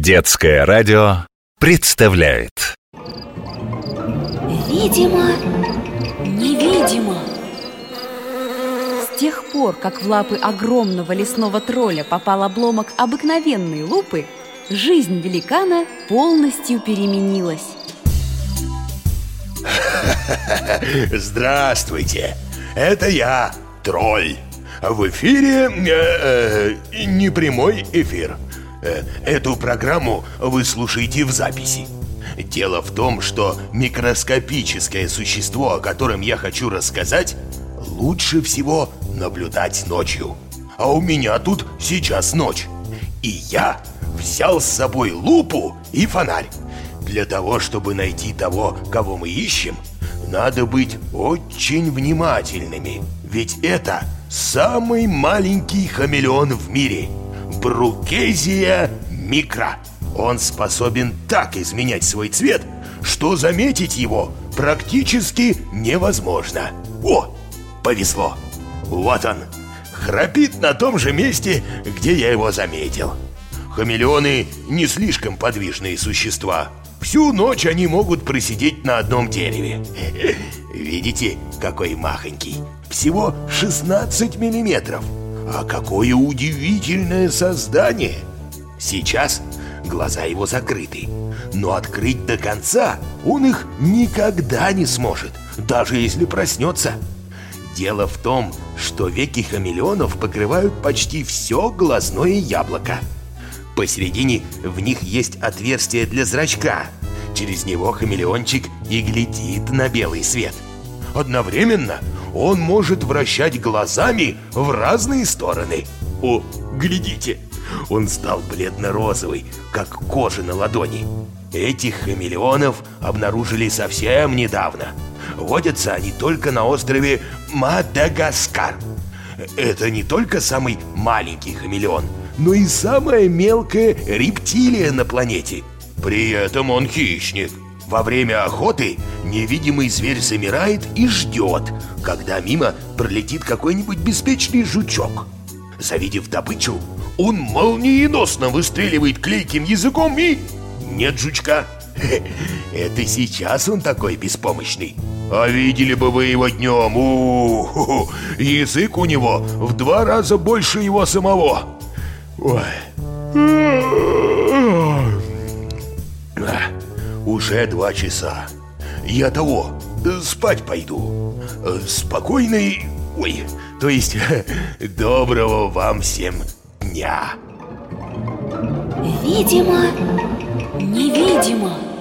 Детское радио представляет Видимо, невидимо. С тех пор, как в лапы огромного лесного тролля попал обломок обыкновенной лупы, жизнь великана полностью переменилась. Здравствуйте, это я, тролль. В эфире непрямой эфир. Эту программу вы слушаете в записи. Дело в том, что микроскопическое существо, о котором я хочу рассказать, лучше всего наблюдать ночью. А у меня тут сейчас ночь. И я взял с собой лупу и фонарь. Для того, чтобы найти того, кого мы ищем, надо быть очень внимательными. Ведь это самый маленький хамелеон в мире – Брукезия микра. Он способен так изменять свой цвет, что заметить его практически невозможно. О, повезло! Вот он, храпит на том же месте, где я его заметил. Хамелеоны не слишком подвижные существа. Всю ночь они могут просидеть на одном дереве. Видите, какой махонький? Всего 16 миллиметров. А какое удивительное создание! Сейчас глаза его закрыты, но открыть до конца он их никогда не сможет, даже если проснется. Дело в том, что веки хамелеонов покрывают почти все глазное яблоко. Посередине в них есть отверстие для зрачка. Через него хамелеончик и глядит на белый свет. Одновременно он может вращать глазами в разные стороны. О, глядите, он стал бледно-розовый, как кожа на ладони. Этих хамелеонов обнаружили совсем недавно. Водятся они только на острове Мадагаскар. Это не только самый маленький хамелеон, но и самая мелкая рептилия на планете. При этом он хищник. Во время охоты невидимый зверь замирает и ждет, когда мимо пролетит какой-нибудь беспечный жучок. Завидев добычу, он молниеносно выстреливает клейким языком и... нет жучка. Это сейчас он такой беспомощный. А видели бы вы его днем. Язык у него в 2 раза больше его самого. Ой. Уже 2 часа. Я спать пойду. Спокойной, то есть доброго вам всем дня. Видимо, невидимо.